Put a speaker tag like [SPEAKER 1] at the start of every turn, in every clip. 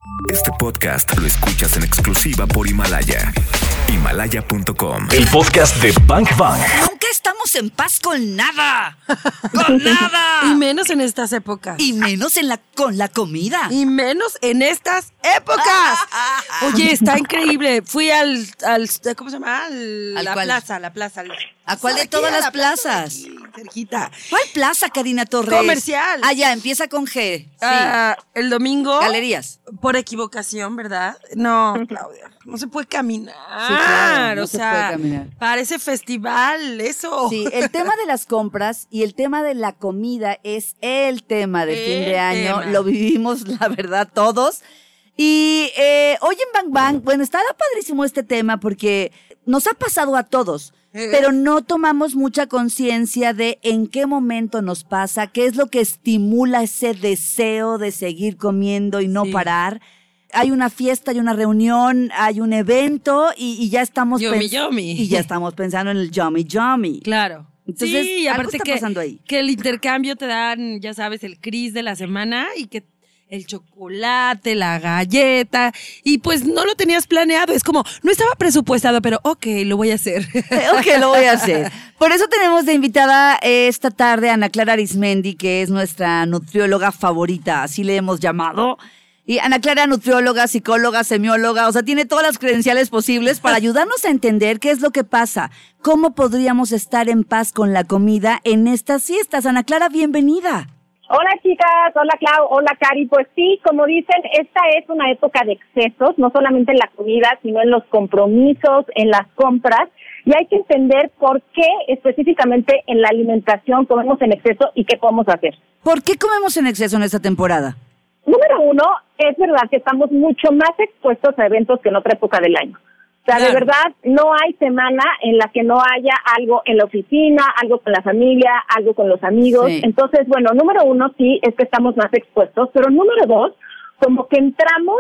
[SPEAKER 1] Este podcast lo escuchas en exclusiva por Himalaya. Himalaya.com.
[SPEAKER 2] El podcast de Bang Bang.
[SPEAKER 3] Nunca estamos en paz con nada. ¡Con nada!
[SPEAKER 4] Y menos en estas épocas.
[SPEAKER 3] Y menos con la comida.
[SPEAKER 4] Y menos en estas épocas. Oye, está increíble. Fui al ¿cómo se llama?
[SPEAKER 3] ¿Al cuál?
[SPEAKER 4] La plaza.
[SPEAKER 3] ¿A cuál de
[SPEAKER 4] Aquí,
[SPEAKER 3] todas
[SPEAKER 4] a
[SPEAKER 3] las
[SPEAKER 4] la plaza
[SPEAKER 3] plazas?
[SPEAKER 4] de aquí, cerquita.
[SPEAKER 3] ¿Cuál plaza, Karina Torres?
[SPEAKER 4] Comercial.
[SPEAKER 3] Ah, ya, empieza con G. Sí.
[SPEAKER 4] El domingo.
[SPEAKER 3] Galerías.
[SPEAKER 4] Por equivocación, ¿verdad? No, Claudia. No se puede caminar.
[SPEAKER 3] Sí, claro, no
[SPEAKER 4] o
[SPEAKER 3] se
[SPEAKER 4] sea,
[SPEAKER 3] puede caminar.
[SPEAKER 4] Parece festival, eso.
[SPEAKER 3] Sí, el tema de las compras y el tema de la comida es el tema de fin de año.
[SPEAKER 4] tema.
[SPEAKER 3] Lo vivimos, la verdad, todos. Y hoy en Bang Bang, bueno, estaba padrísimo este tema porque nos ha pasado a todos, pero no tomamos mucha conciencia de en qué momento nos pasa, qué es lo que estimula ese deseo de seguir comiendo y no
[SPEAKER 4] Sí.
[SPEAKER 3] parar. Hay una fiesta, hay una reunión, hay un evento y ya estamos
[SPEAKER 4] Yummy.
[SPEAKER 3] y ya estamos pensando en el yummy.
[SPEAKER 4] Claro.
[SPEAKER 3] Entonces,
[SPEAKER 4] sí, y
[SPEAKER 3] algo
[SPEAKER 4] aparte
[SPEAKER 3] está pasando ahí.
[SPEAKER 4] que el intercambio te dan, ya sabes, el cris de la semana y que el chocolate, la galleta, y pues no lo tenías planeado. Es como, no estaba presupuestado, pero ok, lo voy a hacer.
[SPEAKER 3] Ok, lo voy a hacer. Por eso tenemos de invitada esta tarde a Ana Clara Arismendi, que es nuestra nutrióloga favorita, así le hemos llamado. Y Ana Clara, nutrióloga, psicóloga, semióloga, o sea, tiene todas las credenciales posibles para ayudarnos a entender qué es lo que pasa, cómo podríamos estar en paz con la comida en estas fiestas. Ana Clara, bienvenida.
[SPEAKER 5] Hola chicas, hola Clau, hola Cari. Pues sí, como dicen, esta es una época de excesos, no solamente en la comida, sino en los compromisos, en las compras. Y hay que entender por qué específicamente en la alimentación comemos en exceso y qué podemos hacer.
[SPEAKER 3] ¿Por qué comemos en exceso en esta temporada?
[SPEAKER 5] Número uno, es verdad que estamos mucho más expuestos a eventos que en otra época del año. O sea,
[SPEAKER 4] Claro.
[SPEAKER 5] de verdad, no hay semana en la que no haya algo en la oficina, algo con la familia, algo con los amigos.
[SPEAKER 3] Sí.
[SPEAKER 5] Entonces, bueno, número uno, sí, es que estamos más expuestos, pero número dos, como que entramos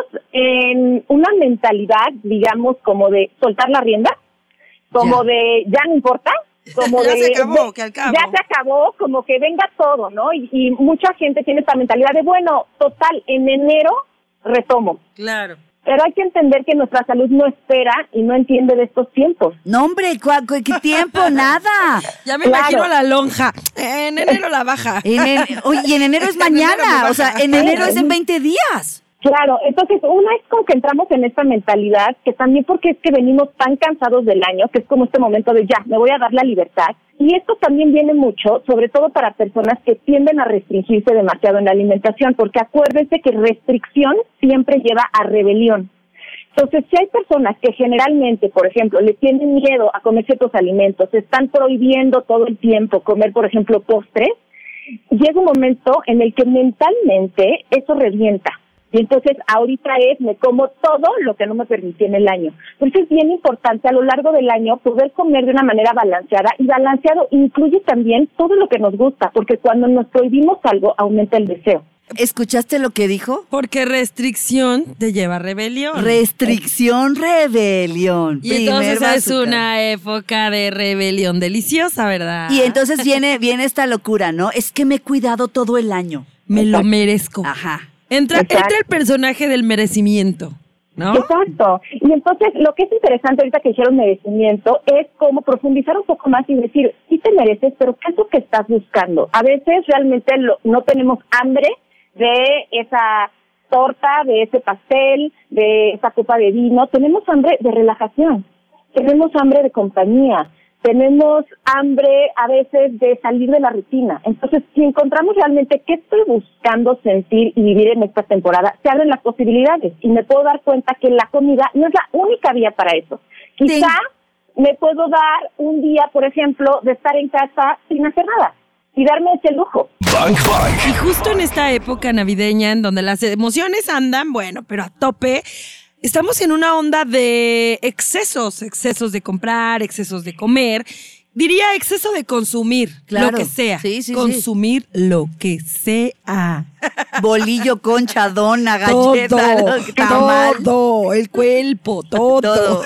[SPEAKER 5] en una mentalidad, digamos, como de soltar la rienda, como
[SPEAKER 3] Ya.
[SPEAKER 5] de ya no importa, como
[SPEAKER 4] Ya
[SPEAKER 5] de
[SPEAKER 4] se acabó, que al cabo.
[SPEAKER 5] ya se acabó, como que venga todo, ¿no? Y mucha gente tiene esta mentalidad de, bueno, total, en enero retomo.
[SPEAKER 4] Claro.
[SPEAKER 5] Pero hay que entender que nuestra salud no espera y no entiende de estos tiempos.
[SPEAKER 3] No, hombre, ¿qué tiempo? Nada.
[SPEAKER 4] Ya me
[SPEAKER 5] Claro.
[SPEAKER 4] imagino la lonja. En enero la baja.
[SPEAKER 3] Oye, y en enero es
[SPEAKER 4] En enero me
[SPEAKER 3] mañana,
[SPEAKER 4] baja.
[SPEAKER 3] o sea, en enero es en 20 días.
[SPEAKER 5] Claro, entonces una es como que entramos en esta mentalidad, que también porque es que venimos tan cansados del año, que es como este momento de ya, me voy a dar la libertad. Y esto también viene mucho, sobre todo para personas que tienden a restringirse demasiado en la alimentación, porque acuérdense que restricción siempre lleva a rebelión. Entonces, si hay personas que generalmente, por ejemplo, le tienen miedo a comer ciertos alimentos, se están prohibiendo todo el tiempo comer, por ejemplo, postres, llega un momento en el que mentalmente eso revienta. Y entonces ahorita me como todo lo que no me permití en el año. Entonces es bien importante a lo largo del año poder comer de una manera balanceada, y balanceado incluye también todo lo que nos gusta, porque cuando nos prohibimos algo aumenta el deseo.
[SPEAKER 3] ¿Escuchaste lo que dijo?
[SPEAKER 4] Porque restricción te lleva a rebelión.
[SPEAKER 3] Restricción, rebelión.
[SPEAKER 4] Y entonces
[SPEAKER 3] Primer
[SPEAKER 4] es
[SPEAKER 3] bazooka.
[SPEAKER 4] una época de rebelión deliciosa, ¿verdad?
[SPEAKER 3] Y entonces viene esta locura, ¿no? Es que me he cuidado todo el año.
[SPEAKER 4] Me lo merezco.
[SPEAKER 3] Ajá.
[SPEAKER 4] Entra
[SPEAKER 5] Exacto.
[SPEAKER 4] el personaje del merecimiento, ¿no?
[SPEAKER 5] Exacto. Y entonces lo que es interesante ahorita que hicieron merecimiento es como profundizar un poco más y decir, sí te mereces, pero ¿qué es lo que estás buscando? A veces realmente no tenemos hambre de esa torta, de ese pastel, de esa copa de vino. Tenemos hambre de relajación, tenemos hambre de compañía, tenemos hambre a veces de salir de la rutina. Entonces, si encontramos realmente qué estoy buscando sentir y vivir en esta temporada, se abren las posibilidades y me puedo dar cuenta que la comida no es la única vía para eso. Quizá me puedo dar un día, por ejemplo, de estar en casa sin hacer nada y darme ese lujo.
[SPEAKER 2] Bang Bang.
[SPEAKER 4] Y justo en esta época navideña en donde las emociones andan, bueno, pero a tope, estamos en una onda de excesos de comprar, excesos de comer. Diría exceso de consumir,
[SPEAKER 3] Claro.
[SPEAKER 4] lo que sea.
[SPEAKER 3] Sí, sí,
[SPEAKER 4] consumir lo que sea.
[SPEAKER 3] Bolillo, concha, dona, galleta, tamal.
[SPEAKER 4] Todo, el cuerpo, todo.
[SPEAKER 3] Todo.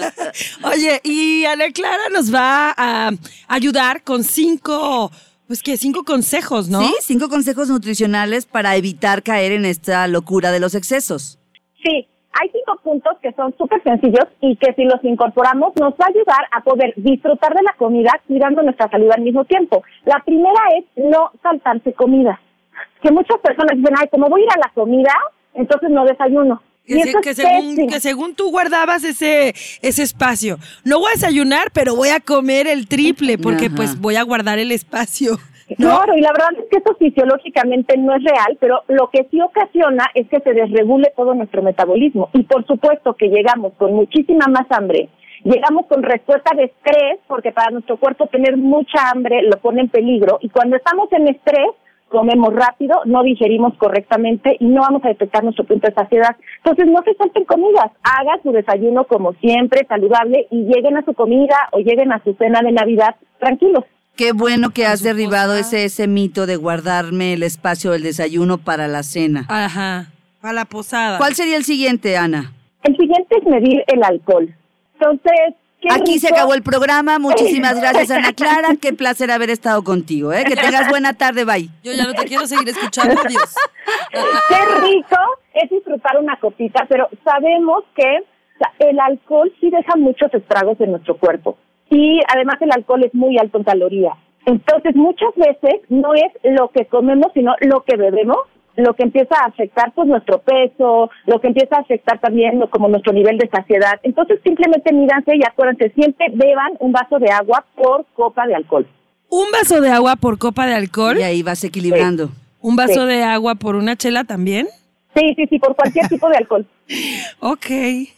[SPEAKER 4] Oye, y Ana Clara nos va a ayudar con 5 consejos, ¿no?
[SPEAKER 3] Sí, 5 consejos nutricionales para evitar caer en esta locura de los excesos.
[SPEAKER 5] Sí, hay 5 puntos que son súper sencillos y que si los incorporamos nos va a ayudar a poder disfrutar de la comida cuidando nuestra salud al mismo tiempo. La primera es no saltarse comida. Que muchas personas dicen, ay, como voy a ir a la comida, entonces no desayuno.
[SPEAKER 4] Que según tú guardabas ese espacio. No voy a desayunar, pero voy a comer el triple porque pues voy a guardar el espacio. ¿No?
[SPEAKER 5] Claro, y la verdad es que eso fisiológicamente no es real, pero lo que sí ocasiona es que se desregule todo nuestro metabolismo. Y por supuesto que llegamos con muchísima más hambre, llegamos con respuesta de estrés, porque para nuestro cuerpo tener mucha hambre lo pone en peligro, y cuando estamos en estrés, comemos rápido, no digerimos correctamente y no vamos a detectar nuestro punto de saciedad. Entonces no se salten comidas, hagan su desayuno como siempre, saludable, y lleguen a su comida o lleguen a su cena de Navidad tranquilos.
[SPEAKER 3] Qué bueno que has derribado ese mito de guardarme el espacio del desayuno para la cena.
[SPEAKER 4] Ajá, para la posada.
[SPEAKER 3] ¿Cuál sería el siguiente, Ana?
[SPEAKER 5] El siguiente es medir el alcohol. Entonces,
[SPEAKER 3] aquí se acabó el programa. Muchísimas gracias, Ana Clara. Qué placer haber estado contigo. Que tengas buena tarde. Bye.
[SPEAKER 4] Yo ya no te quiero seguir escuchando. Adiós.
[SPEAKER 5] Qué rico es disfrutar una copita, pero sabemos que el alcohol sí deja muchos estragos en nuestro cuerpo. Y además el alcohol es muy alto en calorías. Entonces, muchas veces no es lo que comemos, sino lo que bebemos, lo que empieza a afectar pues nuestro peso, lo que empieza a afectar también como nuestro nivel de saciedad. Entonces, simplemente mídanse y acuérdense, siempre beban un vaso de agua por copa de alcohol.
[SPEAKER 4] ¿Un vaso de agua por copa de alcohol?
[SPEAKER 3] Y ahí vas equilibrando.
[SPEAKER 5] Sí.
[SPEAKER 4] ¿Un vaso de agua por una chela también?
[SPEAKER 5] Sí, por cualquier tipo de alcohol.
[SPEAKER 4] Ok.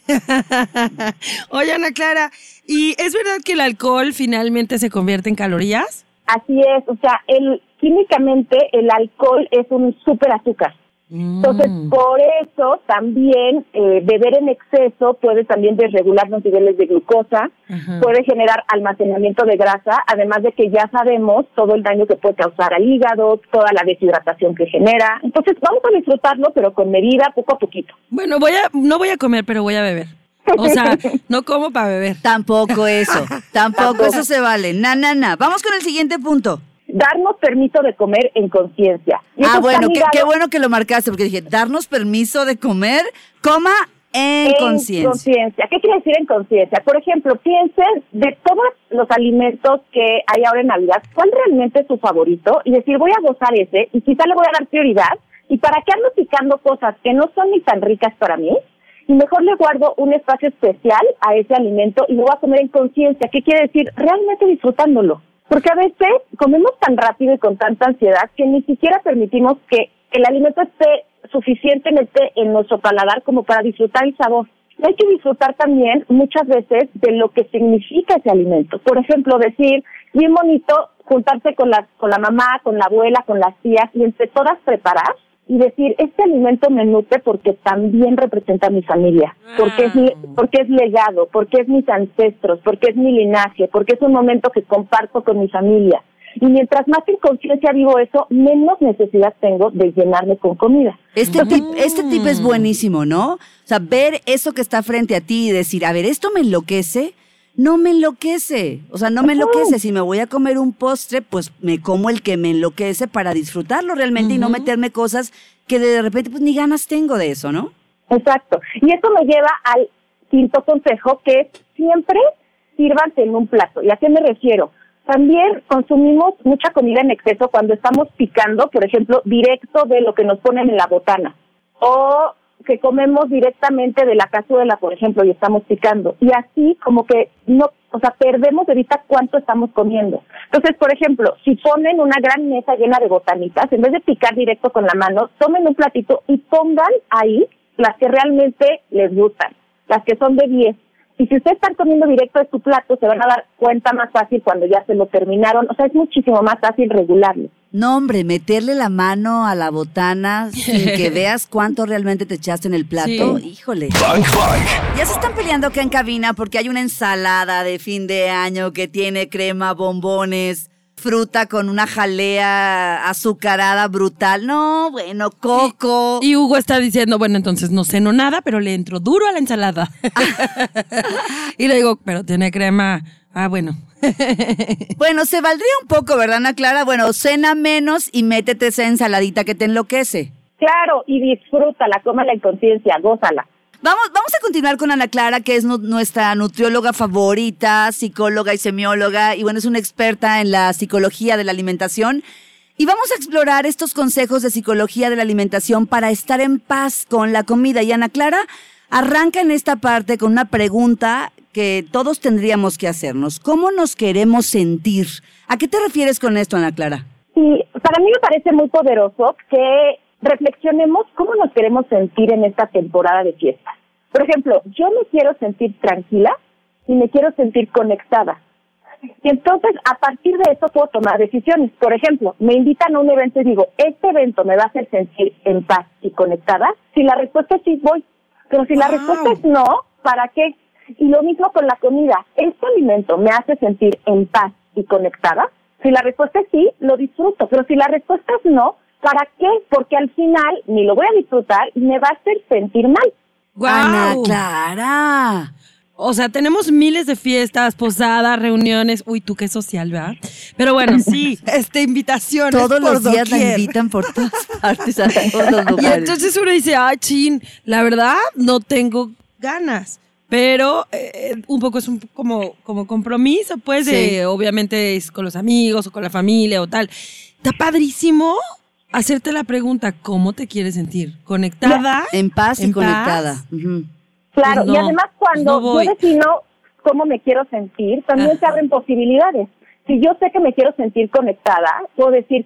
[SPEAKER 4] Oye, Ana Clara, ¿y es verdad que el alcohol finalmente se convierte en calorías?
[SPEAKER 5] Así es, o sea, químicamente el alcohol es un súper azúcar. Entonces, por eso también beber en exceso puede también desregular los niveles de glucosa, puede generar almacenamiento de grasa, además de que ya sabemos todo el daño que puede causar al hígado, toda la deshidratación que genera. Entonces, vamos a disfrutarlo, pero con medida, poco a poquito.
[SPEAKER 4] Bueno, no voy a comer, pero voy a beber. O sea, no como para beber.
[SPEAKER 3] Tampoco eso se vale. Vamos con el siguiente punto.
[SPEAKER 5] Darnos permiso de comer en conciencia.
[SPEAKER 3] Bueno, qué bueno que lo marcaste, porque dije, darnos permiso de comer, en conciencia.
[SPEAKER 5] ¿Qué quiere decir en conciencia? Por ejemplo, piensen de todos los alimentos que hay ahora en Navidad, ¿cuál realmente es su favorito? Y decir, voy a gozar ese, y quizá le voy a dar prioridad, y para qué ando picando cosas que no son ni tan ricas para mí, y mejor le guardo un espacio especial a ese alimento y lo voy a comer en conciencia. ¿Qué quiere decir? Realmente disfrutándolo. Porque a veces comemos tan rápido y con tanta ansiedad que ni siquiera permitimos que el alimento esté suficientemente en nuestro paladar como para disfrutar el sabor. Y hay que disfrutar también muchas veces de lo que significa ese alimento. Por ejemplo, decir, bien bonito juntarse con la mamá, con la abuela, con las tías y entre todas preparar y decir, este alimento me nutre porque también representa a mi familia, porque es legado, porque es mis ancestros, porque es mi linaje, porque es un momento que comparto con mi familia. Y mientras más en conciencia vivo eso, menos necesidad tengo de llenarme con comida.
[SPEAKER 3] Este tip es buenísimo, ¿no? O sea, ver eso que está frente a ti y decir, a ver, ¿esto me enloquece? No me enloquece, no me enloquece. Si me voy a comer un postre, pues me como el que me enloquece para disfrutarlo realmente y no meterme cosas que de repente pues ni ganas tengo de eso, ¿no?
[SPEAKER 5] Exacto. Y esto me lleva al quinto consejo, que es siempre sírvanse en un plato. ¿Y a qué me refiero? También consumimos mucha comida en exceso cuando estamos picando, por ejemplo, directo de lo que nos ponen en la botana. O que comemos directamente de la cazuela, por ejemplo, y estamos picando. Y así como que perdemos de vista cuánto estamos comiendo. Entonces, por ejemplo, si ponen una gran mesa llena de botanitas, en vez de picar directo con la mano, tomen un platito y pongan ahí las que realmente les gustan, las que son de 10. Y si ustedes están comiendo directo de su plato, se van a dar cuenta más fácil cuando ya se lo terminaron. O sea, es muchísimo más fácil regularlo.
[SPEAKER 3] No, hombre, meterle la mano a la botana sin que veas cuánto realmente te echaste en el plato, híjole. Ya se están peleando acá en cabina porque hay una ensalada de fin de año que tiene crema, bombones, fruta con una jalea azucarada brutal. No, bueno, coco.
[SPEAKER 4] Y Hugo está diciendo, bueno, entonces no ceno nada, pero le entro duro a la ensalada. Y le digo, pero tiene crema. Bueno.
[SPEAKER 3] Bueno, se valdría un poco, ¿verdad, Ana Clara? Bueno, cena menos y métete esa ensaladita que te enloquece.
[SPEAKER 5] Claro, y disfrútala, cómala en conciencia, gózala.
[SPEAKER 3] Vamos a continuar con Ana Clara, que es nuestra nutrióloga favorita, psicóloga y semióloga, y bueno, es una experta en la psicología de la alimentación. Y vamos a explorar estos consejos de psicología de la alimentación para estar en paz con la comida. Y Ana Clara arranca en esta parte con una pregunta que todos tendríamos que hacernos. ¿Cómo nos queremos sentir? ¿A qué te refieres con esto, Ana Clara?
[SPEAKER 5] Sí, para mí me parece muy poderoso que reflexionemos cómo nos queremos sentir en esta temporada de fiestas. Por ejemplo, yo me quiero sentir tranquila y me quiero sentir conectada. Y entonces, a partir de eso puedo tomar decisiones. Por ejemplo, me invitan a un evento y digo, ¿este evento me va a hacer sentir en paz y conectada? Si la respuesta es sí, voy. Pero si la respuesta es no, ¿para qué? Y lo mismo con la comida. ¿Este alimento me hace sentir en paz y conectada? Si la respuesta es sí, lo disfruto. Pero si la respuesta es no, ¿para qué? Porque al final ni lo voy a disfrutar y me va a hacer sentir mal.
[SPEAKER 4] ¡Guau!
[SPEAKER 3] Ana Clara.
[SPEAKER 4] O sea, tenemos miles de fiestas, posadas, reuniones. Uy, tú qué social, ¿verdad? Pero bueno, sí, invitaciones
[SPEAKER 3] Todos
[SPEAKER 4] por
[SPEAKER 3] los días la
[SPEAKER 4] doquier.
[SPEAKER 3] invitan por todas partes, a todos los
[SPEAKER 4] Y
[SPEAKER 3] lugares.
[SPEAKER 4] entonces uno dice, ay, chin, la verdad no tengo ganas. Pero un poco es como compromiso, pues,
[SPEAKER 3] Sí.
[SPEAKER 4] obviamente es con los amigos o con la familia o tal. Está padrísimo hacerte la pregunta, ¿cómo te quieres sentir? ¿Conectada?
[SPEAKER 3] En paz y
[SPEAKER 4] ¿En
[SPEAKER 3] conectada.
[SPEAKER 4] paz?
[SPEAKER 3] Ujú.
[SPEAKER 5] Claro,
[SPEAKER 4] Pues no,
[SPEAKER 5] y además cuando
[SPEAKER 4] no voy.
[SPEAKER 5] yo defino cómo me quiero sentir, también se
[SPEAKER 4] Ajá.
[SPEAKER 5] abren posibilidades. Si yo sé que me quiero sentir conectada, puedo decir,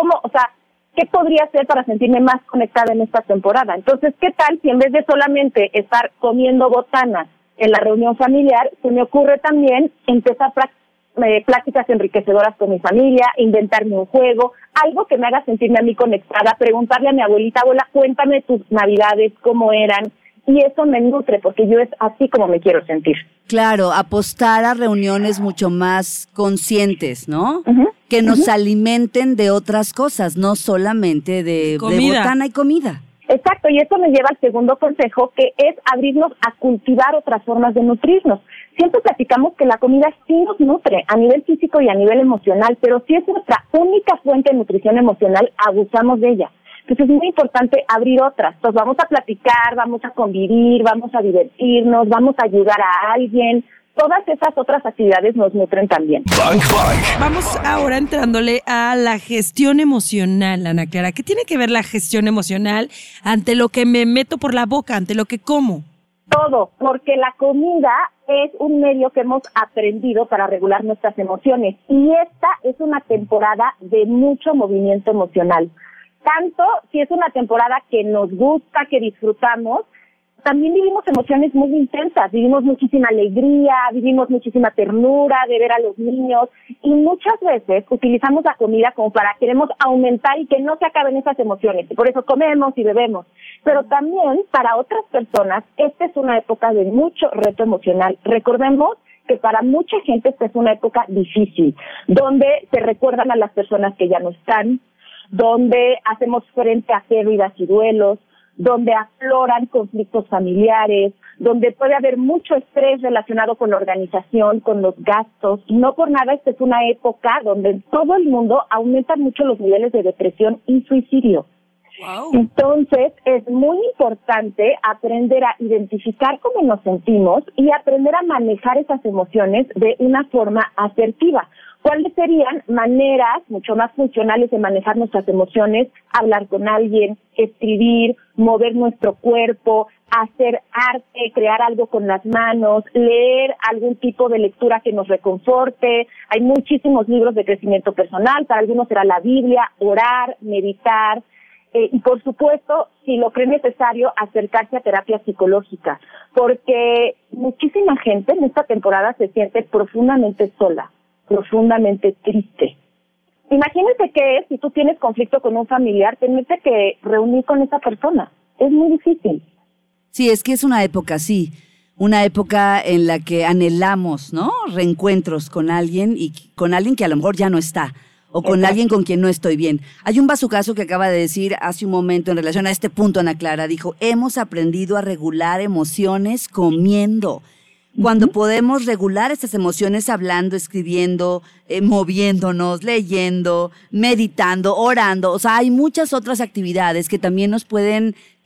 [SPEAKER 5] ¿qué podría hacer para sentirme más conectada en esta temporada? Entonces, ¿qué tal si en vez de solamente estar comiendo botanas en la reunión familiar, se me ocurre también empezar pláticas enriquecedoras con mi familia, inventarme un juego, algo que me haga sentirme a mí conectada, preguntarle a mi abuelita, abuela, cuéntame tus navidades, cómo eran, y eso me nutre porque yo es así como me quiero sentir.
[SPEAKER 3] Claro, apostar a reuniones mucho más conscientes, ¿no?
[SPEAKER 5] Ujú,
[SPEAKER 3] Que nos alimenten de otras cosas, no solamente de
[SPEAKER 4] Comida.
[SPEAKER 3] botana y comida.
[SPEAKER 5] Exacto, y eso me lleva al segundo consejo, que es abrirnos a cultivar otras formas de nutrirnos. Siempre platicamos que la comida sí nos nutre a nivel físico y a nivel emocional, pero si es nuestra única fuente de nutrición emocional, abusamos de ella. Entonces es muy importante abrir otras. Entonces vamos a platicar, vamos a convivir, vamos a divertirnos, vamos a ayudar a alguien. Todas esas otras actividades nos nutren también.
[SPEAKER 2] Bang Bang.
[SPEAKER 4] Vamos ahora entrándole a la gestión emocional, Ana Clara. ¿Qué tiene que ver la gestión emocional ante lo que me meto por la boca, ante lo que como?
[SPEAKER 5] Todo, porque la comida es un medio que hemos aprendido para regular nuestras emociones y esta es una temporada de mucho movimiento emocional. Tanto si es una temporada que nos gusta, que disfrutamos, también vivimos emociones muy intensas, vivimos muchísima alegría, vivimos muchísima ternura de ver a los niños y muchas veces utilizamos la comida como para queremos aumentar y que no se acaben esas emociones y por eso comemos y bebemos. Pero también para otras personas esta es una época de mucho reto emocional. Recordemos que para mucha gente esta es una época difícil, donde se recuerdan a las personas que ya no están, donde hacemos frente a pérdidas y duelos, donde afloran conflictos familiares, donde puede haber mucho estrés relacionado con la organización, con los gastos. No por nada esta es una época donde en todo el mundo aumentan mucho los niveles de depresión y suicidio.
[SPEAKER 4] Wow.
[SPEAKER 5] Entonces, es muy importante aprender a identificar cómo nos sentimos y aprender a manejar esas emociones de una forma asertiva. ¿Cuáles serían maneras mucho más funcionales de manejar nuestras emociones? Hablar con alguien, escribir, mover nuestro cuerpo, hacer arte, crear algo con las manos, leer algún tipo de lectura que nos reconforte. Hay muchísimos libros de crecimiento personal, para algunos será la Biblia, orar, meditar. Y por supuesto, si lo cree necesario, acercarse a terapia psicológica, porque muchísima gente en esta temporada se siente profundamente sola, profundamente triste. Imagínate que es, si tú tienes conflicto con un familiar, tenerte que reunir con esa persona. Es muy difícil.
[SPEAKER 3] Sí, es que es una época así, una época en la que anhelamos, ¿no? Reencuentros con alguien y con alguien que a lo mejor ya no está. O con alguien con quien no estoy bien. Hay un bazucazo que acaba de decir hace un momento en relación a este punto, Ana Clara. Dijo, hemos aprendido a regular emociones comiendo. Cuando podemos regular estas emociones hablando, escribiendo, moviéndonos, leyendo, meditando, orando. O sea, hay muchas otras actividades que también nos pueden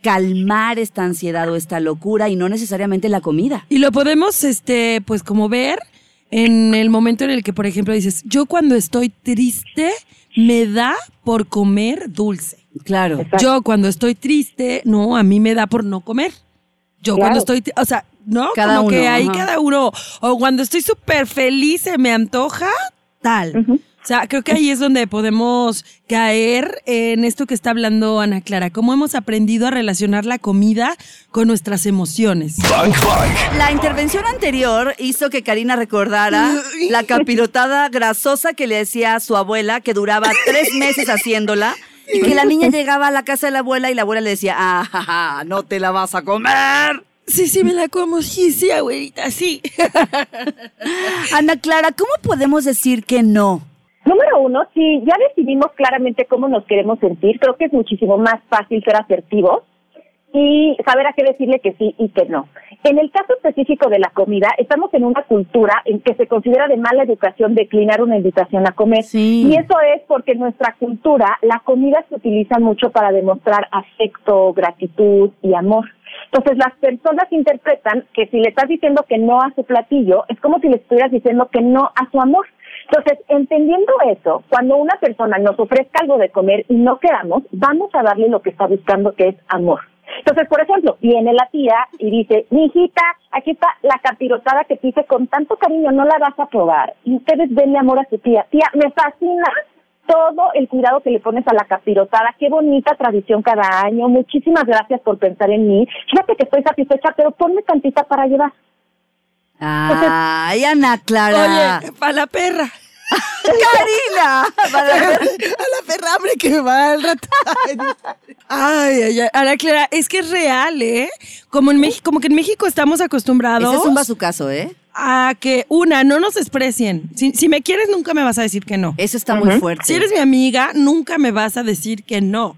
[SPEAKER 3] calmar esta ansiedad o esta locura y no necesariamente la comida.
[SPEAKER 4] Y lo podemos, pues como ver en el momento en el que, por ejemplo, dices, yo cuando estoy triste me da por comer dulce.
[SPEAKER 3] Claro.
[SPEAKER 5] Exacto.
[SPEAKER 4] Yo cuando estoy triste, no, a mí me da por no comer. Yo
[SPEAKER 5] Claro.
[SPEAKER 4] cuando estoy, o sea, ¿no?
[SPEAKER 3] Cada
[SPEAKER 4] como que
[SPEAKER 3] uno,
[SPEAKER 4] ahí
[SPEAKER 3] ajá.
[SPEAKER 4] cada uno, o cuando estoy súper feliz se me antoja, tal.
[SPEAKER 5] Ujú.
[SPEAKER 4] O sea, creo que ahí es donde podemos caer en esto que está hablando Ana Clara, cómo hemos aprendido a relacionar la comida con nuestras emociones.
[SPEAKER 2] Bang Bang.
[SPEAKER 3] La intervención anterior hizo que Karina recordara la capirotada grasosa que le decía a su abuela, que duraba 3 meses haciéndola, y que la niña llegaba a la casa de la abuela y la abuela le decía, ah, no te la vas a comer.
[SPEAKER 4] Sí, me la como, sí, abuelita, sí.
[SPEAKER 3] Ana Clara, ¿cómo podemos decir que no?
[SPEAKER 5] Número 1, si ya decidimos claramente cómo nos queremos sentir, creo que es muchísimo más fácil ser asertivos y saber a qué decirle que sí y que no. En el caso específico de la comida, estamos en una cultura en que se considera de mala educación declinar una invitación a comer.
[SPEAKER 3] Sí.
[SPEAKER 5] Y eso es porque en nuestra cultura la comida se utiliza mucho para demostrar afecto, gratitud y amor. Entonces las personas interpretan que si le estás diciendo que no a su platillo, es como si le estuvieras diciendo que no a su amor. Entonces, entendiendo eso, cuando una persona nos ofrezca algo de comer y no queramos, vamos a darle lo que está buscando, que es amor. Entonces, por ejemplo, viene la tía y dice, mijita, aquí está la capirotada que te hice con tanto cariño, no la vas a probar. Y ustedes denle amor a su tía. Tía, me fascina todo el cuidado que le pones a la capirotada. Qué bonita tradición cada año. Muchísimas gracias por pensar en mí. Fíjate que estoy satisfecha, pero ponme tantita para llevar.
[SPEAKER 3] Ay, Ana Clara.
[SPEAKER 4] Oye, para la perra.
[SPEAKER 3] Karina.
[SPEAKER 4] A la perra hambre que me va al rato. Ay. Ana Clara, es que es real, ¿eh? Como que en México estamos acostumbrados
[SPEAKER 3] Ese es un bazucazo, ¿eh?
[SPEAKER 4] a que, no nos desprecien. Si me quieres, nunca me vas a decir que no.
[SPEAKER 3] Eso está muy fuerte.
[SPEAKER 4] Si eres mi amiga, nunca me vas a decir que no.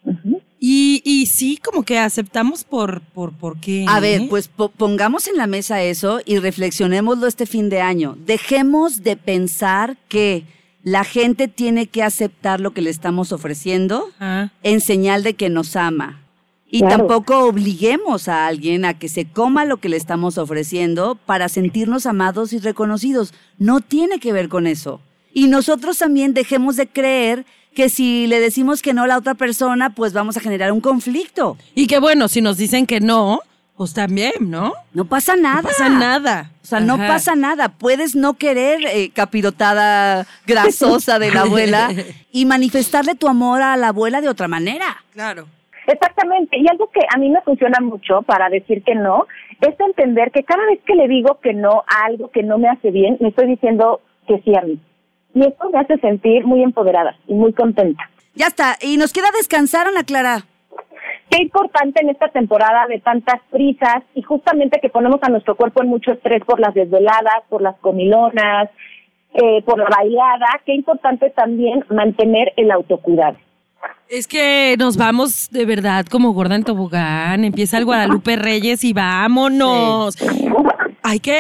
[SPEAKER 4] Y sí, como que aceptamos por qué.
[SPEAKER 3] A ver, pues pongamos en la mesa eso y reflexionémoslo este fin de año. Dejemos de pensar que la gente tiene que aceptar lo que le estamos ofreciendo en señal de que nos ama. Y
[SPEAKER 5] Claro.
[SPEAKER 3] tampoco obliguemos a alguien a que se coma lo que le estamos ofreciendo para sentirnos amados y reconocidos. No tiene que ver con eso. Y nosotros también dejemos de creer que si le decimos que no a la otra persona, pues vamos a generar un conflicto.
[SPEAKER 4] Y que bueno, si nos dicen que no, pues también, ¿no?
[SPEAKER 3] No pasa nada.
[SPEAKER 4] No pasa nada.
[SPEAKER 3] O sea, no
[SPEAKER 4] Ajá.
[SPEAKER 3] pasa nada. Puedes no querer capirotada grasosa de la abuela y manifestarle tu amor a la abuela de otra manera.
[SPEAKER 4] Claro.
[SPEAKER 5] Exactamente, y algo que a mí me funciona mucho para decir que no, es entender que cada vez que le digo que no a algo que no me hace bien, me estoy diciendo que sí a mí. Y esto me hace sentir muy empoderada y muy contenta.
[SPEAKER 3] Ya está. Y nos queda descansar, Ana Clara.
[SPEAKER 5] Qué importante en esta temporada de tantas prisas y justamente que ponemos a nuestro cuerpo en mucho estrés por las desveladas, por las comilonas, por la bailada, qué importante también mantener el autocuidado.
[SPEAKER 4] Es que nos vamos de verdad como gorda en tobogán. Empieza el Guadalupe Reyes y vámonos. Hay que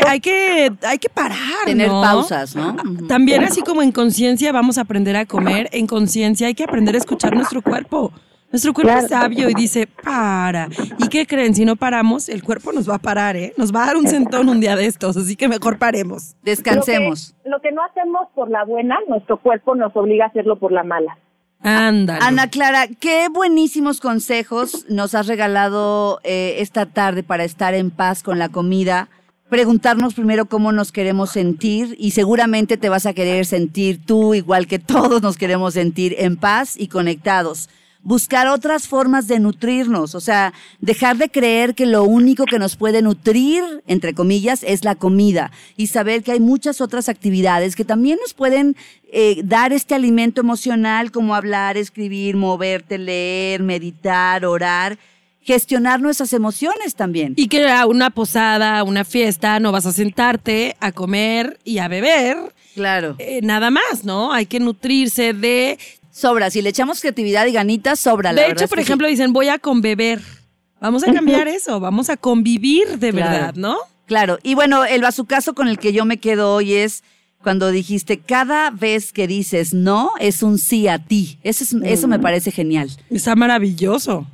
[SPEAKER 4] parar,
[SPEAKER 3] Tener
[SPEAKER 4] ¿no?
[SPEAKER 3] pausas, ¿no?
[SPEAKER 4] También así como en conciencia vamos a aprender a comer, en conciencia hay que aprender a escuchar nuestro cuerpo. Nuestro cuerpo
[SPEAKER 5] Claro.
[SPEAKER 4] es sabio y dice, para. ¿Y qué creen? Si no paramos, el cuerpo nos va a parar, ¿eh? Nos va a dar un sentón un día de estos, así que mejor paremos.
[SPEAKER 3] Descansemos.
[SPEAKER 5] Lo que no hacemos por la buena, nuestro cuerpo nos obliga a hacerlo por la mala.
[SPEAKER 4] Ándale.
[SPEAKER 3] Ana Clara, qué buenísimos consejos nos has regalado esta tarde para estar en paz con la comida. Preguntarnos primero cómo nos queremos sentir y seguramente te vas a querer sentir tú, igual que todos nos queremos sentir, en paz y conectados. Buscar otras formas de nutrirnos, o sea, dejar de creer que lo único que nos puede nutrir, entre comillas, es la comida y saber que hay muchas otras actividades que también nos pueden dar este alimento emocional, como hablar, escribir, moverte, leer, meditar, orar, gestionar nuestras emociones también.
[SPEAKER 4] Y que a una posada, una fiesta, no vas a sentarte a comer y a beber.
[SPEAKER 3] Claro.
[SPEAKER 4] Nada más, ¿no? Hay que nutrirse de...
[SPEAKER 3] Sobra, si le echamos creatividad y ganitas, sobra. La
[SPEAKER 4] De
[SPEAKER 3] verdad
[SPEAKER 4] hecho,
[SPEAKER 3] es
[SPEAKER 4] por
[SPEAKER 3] que
[SPEAKER 4] ejemplo, dicen, voy a conbeber. Vamos a cambiar eso, vamos a convivir de
[SPEAKER 3] Claro.
[SPEAKER 4] verdad, ¿no?
[SPEAKER 3] Claro, y bueno, el bazucazo con el que yo me quedo hoy es cuando dijiste, cada vez que dices no, es un sí a ti. Eso me parece genial.
[SPEAKER 4] Está maravilloso.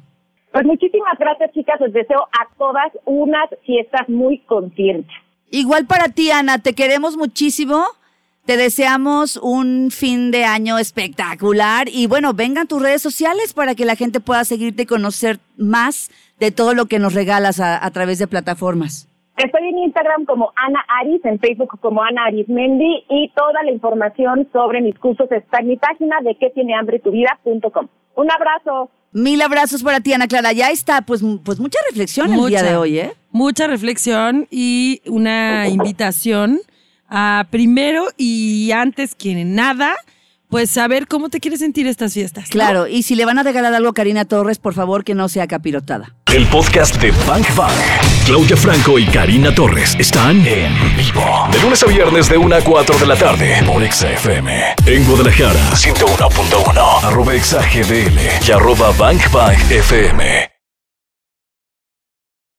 [SPEAKER 5] Pues muchísimas gracias, chicas. Les deseo a todas unas fiestas muy conscientes.
[SPEAKER 3] Igual para ti, Ana, te queremos muchísimo. Te deseamos un fin de año espectacular y bueno, vengan tus redes sociales para que la gente pueda seguirte y conocer más de todo lo que nos regalas a través de plataformas.
[SPEAKER 5] Estoy en Instagram como Ana Aris, en Facebook como Ana Arismendi y toda la información sobre mis cursos está en mi página de quetienehambre-tu-vida.com. Un abrazo.
[SPEAKER 3] 1000 abrazos para ti, Ana Clara. Ya está, pues mucha reflexión el día de hoy, ¿eh?
[SPEAKER 4] Mucha reflexión y una invitación a primero y antes que nada, pues saber cómo te quieres sentir estas fiestas, ¿no?
[SPEAKER 3] Claro, y si le van a regalar algo a Karina Torres, por favor que no sea capirotada.
[SPEAKER 2] El podcast de Bang Bang. Claudia Franco y Karina Torres están en vivo. De lunes a viernes de 1 a 4 de la tarde por Exa FM. En Guadalajara, 101.1. @ExaGDL y @Bang Bang FM.